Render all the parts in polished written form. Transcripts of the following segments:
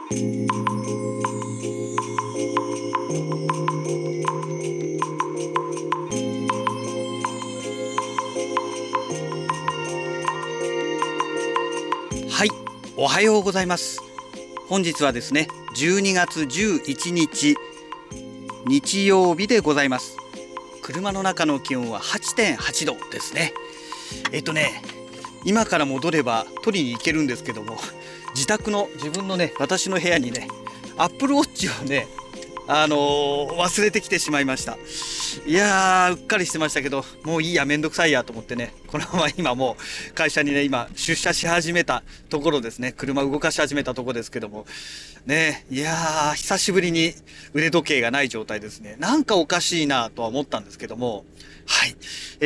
はい、おはようございます。本日はですね、12月11日日曜日でございます。車の中の気温は 8.8 度ですね。今から戻れば取りに行けるんですけども、自分のね、私の部屋にね、Apple Watch をね、忘れてきてしまいました。いやー、うっかりしてましたけど、もういいや、めんどくさいやと思ってね、このまま今もう会社にね、今出社し始めたところですね。車動かし始めたところですけどもね。いやー、久しぶりに腕時計がない状態ですね。なんかおかしいなとは思ったんですけども、はい。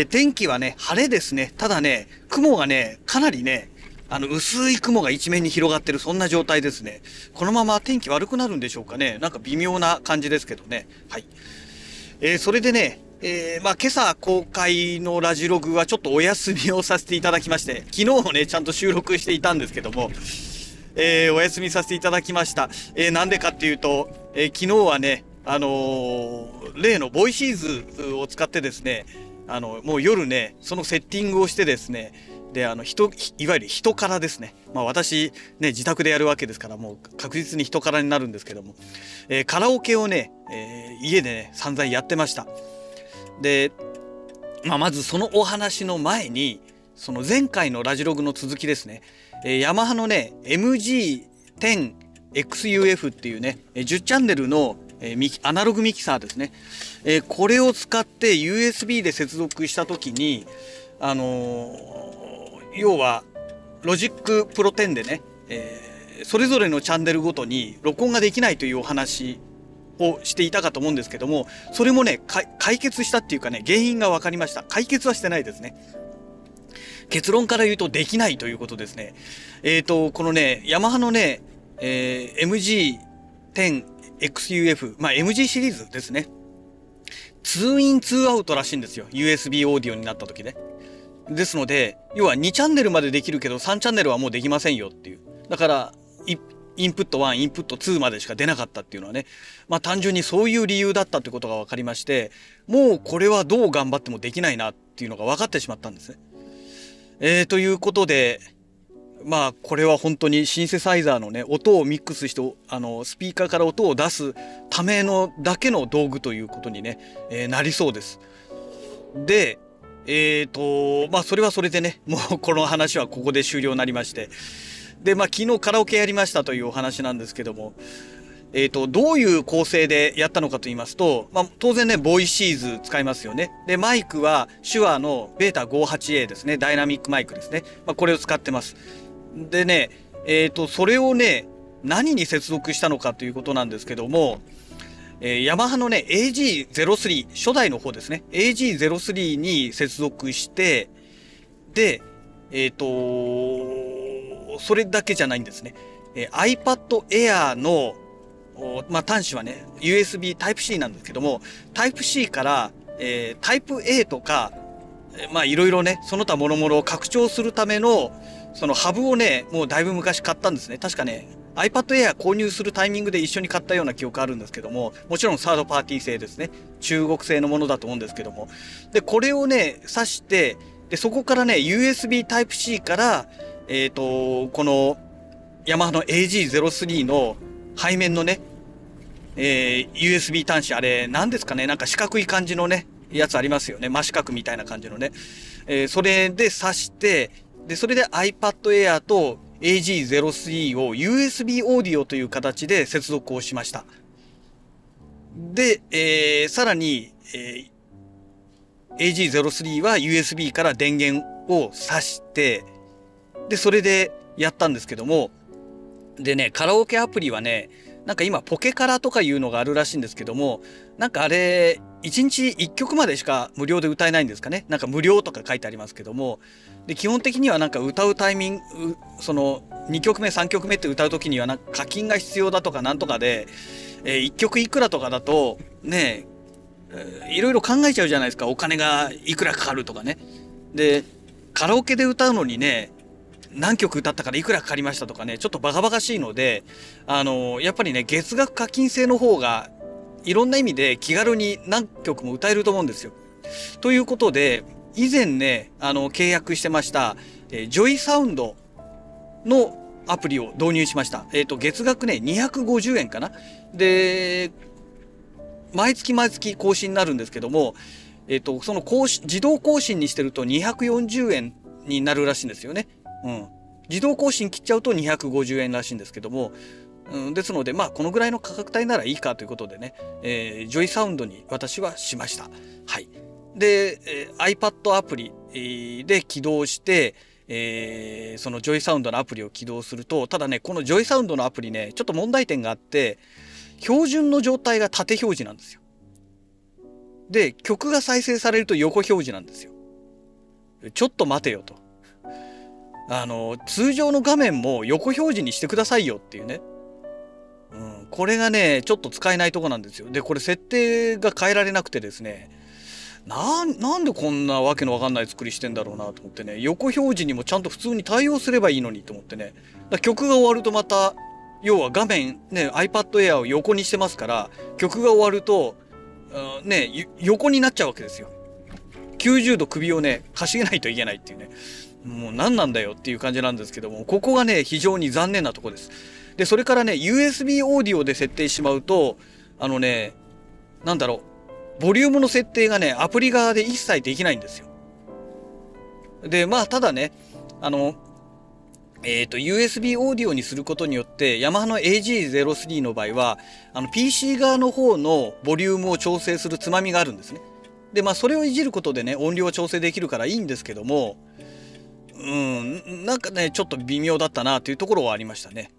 天気はね、晴れですね。ただね、雲がね、かなりね、薄い雲が一面に広がってる、そんな状態ですね。このまま天気悪くなるんでしょうかね。なんか微妙な感じですけどね。はい。それでね、今朝公開のラジログはちょっとお休みをさせていただきまして、昨日もね、ちゃんと収録していたんですけども、お休みさせていただきました。なんでかっていうと、昨日はね、例のボイシーズを使ってですね、もう夜ね、そのセッティングをしてですね、で、いわゆる人からですね。私、ね、自宅でやるわけですから、もう確実に人からになるんですけども、カラオケをね、家でね、散々やってました。で、まずそのお話の前に、その前回のラジログの続きですね。ヤマハのね、MG10XUF っていうね、10チャンネルのアナログミキサーですね。これを使って USB で接続したときに、要はロジックプロ10でね、それぞれのチャンネルごとに録音ができないというお話をしていたかと思うんですけども、それもね、解決したっていうかね、原因が分かりました。解決はしてないですね。結論から言うとできないということですね。このね、ヤマハのね、MG10XUF、MG シリーズですね。2イン2アウトらしいんですよ。USB オーディオになった時ね。ですので、要は2チャンネルまでできるけど3チャンネルはもうできませんよっていう。だから、インプット1、インプット2までしか出なかったっていうのはね、単純にそういう理由だったってことが分かりまして、もうこれはどう頑張ってもできないなっていうのが分かってしまったんですね。ということで、これは本当にシンセサイザーのね、音をミックスして、スピーカーから音を出すためのだけの道具ということにね、なりそうです。で、それはそれでね、もうこの話はここで終了になりまして。で、昨日カラオケやりましたというお話なんですけども、どういう構成でやったのかと言いますと、当然ね、ボイシーズ使いますよね。で、マイクは手話のベータ 58A ですね。ダイナミックマイクですね。これを使ってます。でね、それをね、何に接続したのかということなんですけども、ヤマハのね、AG03、初代の方ですね。AG03 に接続して、で、それだけじゃないんですね。iPad Air の、端子はね、USB Type-C なんですけども、Type-C から、Type-A とか、いろいろね、その他諸々を拡張するための、そのハブをね、もうだいぶ昔買ったんですね。確かね、iPad Air 購入するタイミングで一緒に買ったような記憶あるんですけども、もちろんサードパーティー製ですね。中国製のものだと思うんですけども。で、これをね、挿して、で、そこからね、USB Type-C から、この、ヤマハの AG03 の背面のね、USB 端子、あれ、何ですかね、なんか四角い感じのね、やつありますよね。真四角みたいな感じのね。それで挿して、で、それで iPad Air と AG03 を USB オーディオという形で接続をしました。で、さらに、AG03 は USB から電源を挿して、で、それでやったんですけども、でね、カラオケアプリはね、なんか今ポケカラとかいうのがあるらしいんですけども、なんかあれ、1日1曲までしか無料で歌えないんですかね。なんか無料とか書いてありますけども、で、基本的にはなんか歌うタイミング、その2曲目、3曲目って歌う時にはなんか課金が必要だとかなんとかで、1曲いくらとかだと、ね、いろいろ考えちゃうじゃないですか。お金がいくらかかるとかね。で、カラオケで歌うのにね、 何曲歌ったからいくらかかりましたとかね、ちょっとバカバカしいので、やっぱりね、月額課金制の方がいろんな意味で気軽に何曲も歌えると思うんですよ。ということで、以前ね、契約してました、ジョイサウンドのアプリを導入しました。月額ね、250円かな。で、毎月毎月更新になるんですけども、その自動更新にしてると240円になるらしいんですよね。自動更新切っちゃうと250円らしいんですけども、ですので、まあ、このぐらいの価格帯ならいいかということでね、ジョイサウンドに私はしました。はい。で、iPad アプリで起動して、そのジョイサウンドのアプリを起動すると、ただね、このジョイサウンドのアプリね、ちょっと問題点があって、標準の状態が縦表示なんですよ。で、曲が再生されると横表示なんですよ。ちょっと待てよと。通常の画面も横表示にしてくださいよっていうね。これがね、ちょっと使えないとこなんですよ。で、これ設定が変えられなくてですね、なんでこんなわけのわかんない作りしてんだろうなと思ってね、横表示にもちゃんと普通に対応すればいいのにと思ってね。曲が終わるとまた、要は画面ね、iPad Air を横にしてますから、曲が終わると、ね、横になっちゃうわけですよ。90度首をね、かしげないといけないっていうね。もう何なんだよっていう感じなんですけども、ここがね、非常に残念なとこです。で、それからね、USB オーディオで設定しまうと、なんだろう、ボリュームの設定がね、アプリ側で一切できないんですよ。で、まあ、ただね、USB オーディオにすることによって、ヤマハの AG03 の場合は、PC 側の方のボリュームを調整するつまみがあるんですね。で、まあ、それをいじることでね、音量を調整できるからいいんですけども、なんかね、ちょっと微妙だったなというところはありましたね。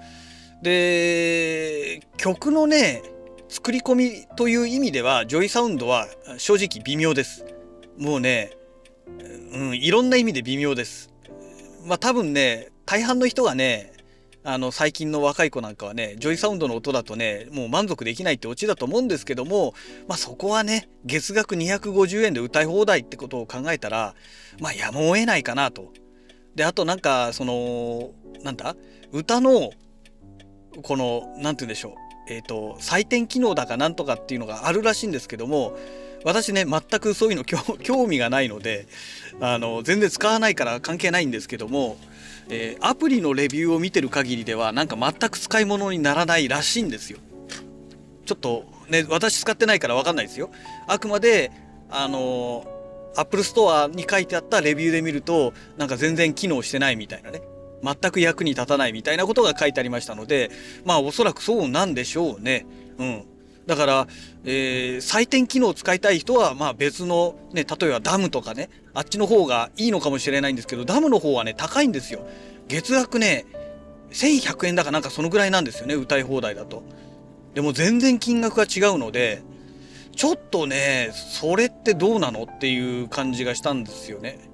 で、曲のね、作り込みという意味では、ジョイサウンドは正直微妙です。もうね、いろんな意味で微妙です。まあ多分ね、大半の人がね、最近の若い子なんかはね、ジョイサウンドの音だとね、もう満足できないってオチだと思うんですけども、まあそこはね、月額250円で歌い放題ってことを考えたら、まあやむを得ないかなと。で、あとなんか、なんだ歌の、この、なんて言うんでしょう。採点機能だかなんとかっていうのがあるらしいんですけども、私ね、全くそういうの興味がないので、全然使わないから関係ないんですけども、アプリのレビューを見てる限りではなんか全く使い物にならないらしいんですよ。ちょっとね、私使ってないから分かんないですよ。あくまでApple Store に書いてあったレビューで見るとなんか全然機能してないみたいなね、全く役に立たないみたいなことが書いてありましたので、まあおそらくそうなんでしょうね。だから、採点機能を使いたい人は、まあ別の、ね、例えばダムとかね、あっちの方がいいのかもしれないんですけど、ダムの方はね、高いんですよ。月額ね、1100円だかなんかそのぐらいなんですよね、歌い放題だと。でも全然金額が違うので、ちょっとね、それってどうなのっていう感じがしたんですよね。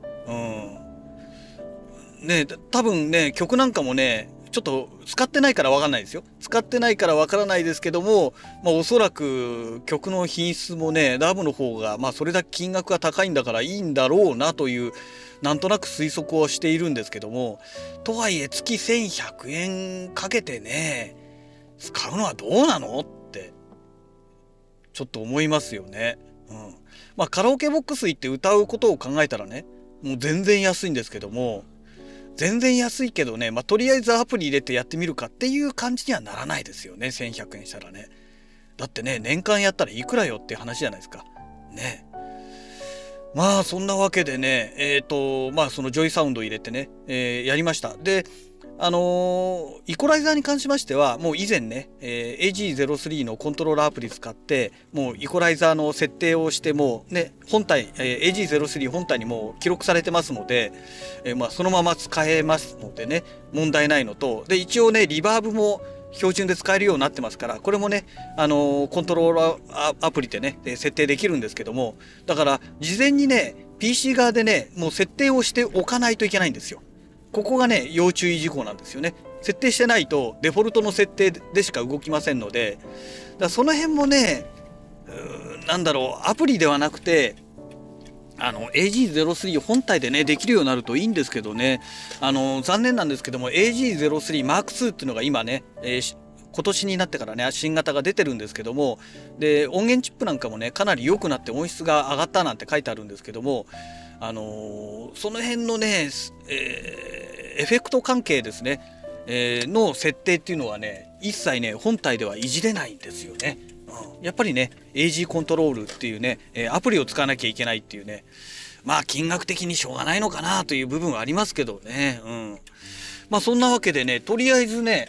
ね、多分ね、曲なんかもね、ちょっと使ってないから分かんないですよ。使ってないから分からないですけども、まあおそらく曲の品質もね、ダムの方が、まあそれだけ金額が高いんだからいいんだろうなという、なんとなく推測をしているんですけども、とはいえ月1100円かけてね、使うのはどうなのって、ちょっと思いますよね。まあカラオケボックス行って歌うことを考えたらね、もう全然安いんですけども、全然安いけどね、まあ、とりあえずアプリ入れてやってみるかっていう感じにはならないですよね、1100円したらね。だってね、年間やったらいくらよっていう話じゃないですか。ね。まあ、そんなわけでね、まあ、そのジョイサウンド入れてね、やりました。で、イコライザーに関しましては、もう以前ね、AG03 のコントローラーアプリ使って、もうイコライザーの設定をして、もうね、本体、AG03 本体にもう記録されてますので、まあ、そのまま使えますのでね、問題ないのと、で、一応ね、リバーブも標準で使えるようになってますから、これもね、コントローラーアプリでね、設定できるんですけども、だから、事前にね、PC 側でね、もう設定をしておかないといけないんですよ。ここがね、要注意事項なんですよね。設定してないとデフォルトの設定でしか動きませんので、だからその辺もね、なんだろう、アプリではなくて、 AG03 本体でねできるようになるといいんですけどね、残念なんですけども AG03M2 っていうのが今ね、今年になってからね新型が出てるんですけども、で音源チップなんかもねかなり良くなって音質が上がったなんて書いてあるんですけども、その辺のね、エフェクト関係ですね、の設定っていうのはね一切ね本体ではいじれないんですよね。やっぱりね AG コントロールっていうねアプリを使わなきゃいけないっていうね、まあ金額的にしょうがないのかなという部分はありますけどね。まあそんなわけでね、とりあえずね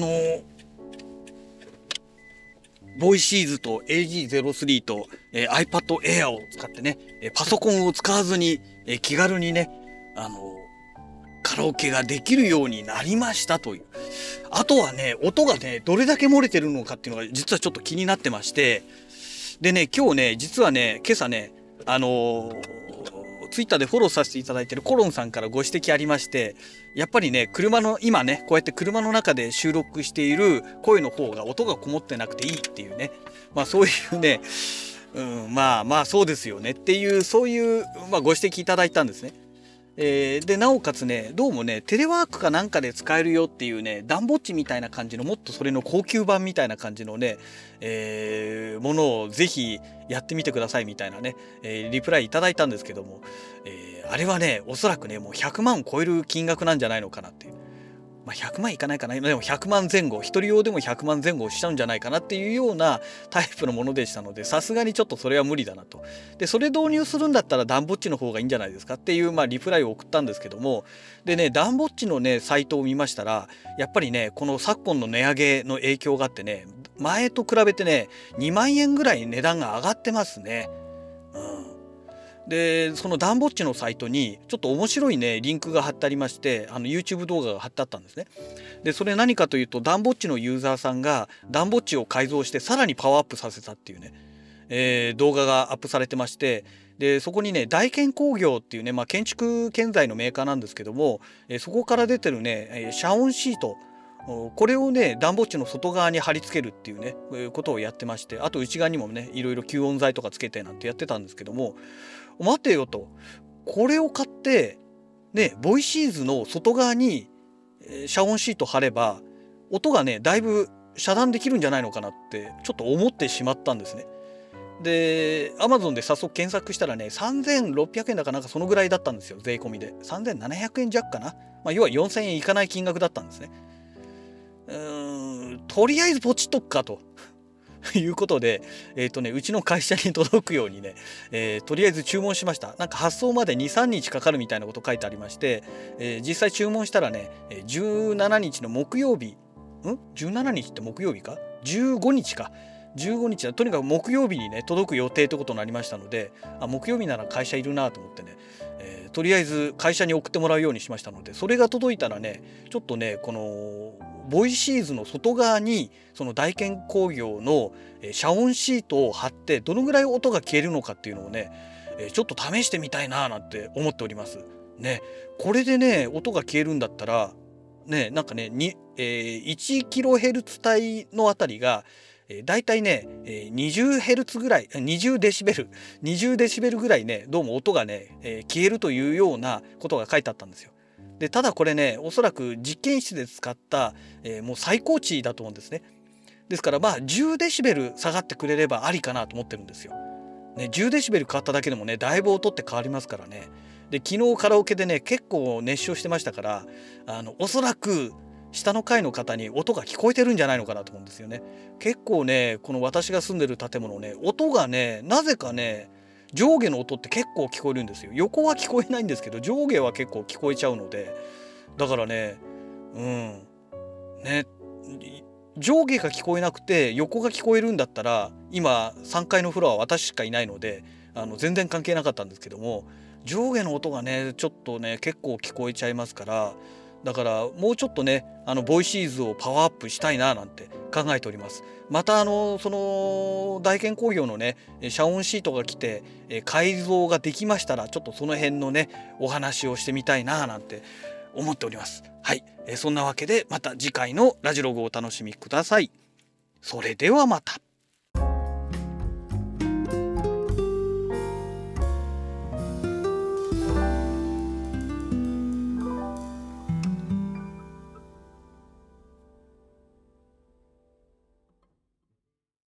ボイシーズと AG03 と、iPad Air を使ってねパソコンを使わずに、気軽にねカラオケができるようになりましたという。あとはね音がねどれだけ漏れてるのかっていうのが実はちょっと気になってまして、でね今日ね実はね今朝ねツイッターでフォローさせていただいてるコロンさんからご指摘ありまして、やっぱりね車の今ねこうやって車の中で収録している声の方が音がこもってなくていいっていうね、まあそういうね、まあそうですよねっていうそういう、まあ、ご指摘いただいたんですね。でなおかつねどうもねテレワークかなんかで使えるよっていうねダンボッチみたいな感じのもっとそれの高級版みたいな感じのね、ものをぜひやってみてくださいみたいなね、リプライいただいたんですけども、あれはねおそらくねもう100万を超える金額なんじゃないのかなっていう。まあ、100万いかないかな、でも100万前後、一人用でも100万前後しちゃうんじゃないかなっていうようなタイプのものでしたので、さすがにちょっとそれは無理だなと。でそれ導入するんだったらダンボッチの方がいいんじゃないですかっていう、まあ、リプライを送ったんですけども、でねダンボッチのねサイトを見ましたらやっぱりねこの昨今の値上げの影響があってね前と比べてね2万円ぐらい値段が上がってますね。でそのダンボッチのサイトにちょっと面白いねリンクが貼ってありまして、YouTube 動画が貼ってあったんですね。でそれ何かというとダンボッチのユーザーさんがダンボッチを改造してさらにパワーアップさせたっていうね、動画がアップされてまして、でそこにね大建工業っていうね、まあ、建築建材のメーカーなんですけども、そこから出てるね遮音シート、これをねダンボッチの外側に貼り付けるっていうねことをやってまして、あと内側にもねいろいろ吸音材とかつけてなんてやってたんですけども、待てよと、これを買ってねボイシーズの外側に遮音シート貼れば音がねだいぶ遮断できるんじゃないのかなってちょっと思ってしまったんですね。で Amazon で早速検索したらね3600円だかなんかそのぐらいだったんですよ、税込みで3700円弱かな、まあ、要は4000円いかない金額だったんですね。とりあえずポチっとくかということで、うちの会社に届くようにね、とりあえず注文しました。なんか発送まで 2,3 日かかるみたいなこと書いてありまして、実際注文したらね17日の木曜日17日って木曜日か15日か15日だ、とにかく木曜日にね届く予定ということになりましたので、木曜日なら会社いるなと思ってね、とりあえず会社に送ってもらうようにしましたので、それが届いたらねちょっとねこのボイシーズの外側にその大建工業の遮音シートを貼ってどのぐらい音が消えるのかっていうのをねちょっと試してみたいななんて思っておりますね。これでね音が消えるんだったらねなんかね1kHz 帯のあたりがだいたいね 20Hz ぐらい20デシベルぐらいねどうも音がね消えるというようなことが書いてあったんですよ。でただこれねおそらく実験室で使った、もう最高値だと思うんですね。ですからまあ10デシベル下がってくれればありかなと思ってるんですよ。ね、10デシベル変わっただけでもねだいぶ音って変わりますからね。で昨日カラオケでね結構熱唱してましたから、おそらく下の階の方に音が聞こえてるんじゃないのかなと思うんですよね。結構ねこの私が住んでる建物ね音がねなぜかね上下の音って結構聞こえるんですよ。横は聞こえないんですけど上下は結構聞こえちゃうので、だからねね上下が聞こえなくて横が聞こえるんだったら今3階のフロアは私しかいないので全然関係なかったんですけども、上下の音がねちょっとね結構聞こえちゃいますから、だからもうちょっとねボイシーズをパワーアップしたいななんて考えております。またその大建工業のね遮音シートが来て改造ができましたらちょっとその辺のねお話をしてみたいななんて思っております。はい、そんなわけでまた次回のラジログをお楽しみください。それではまた。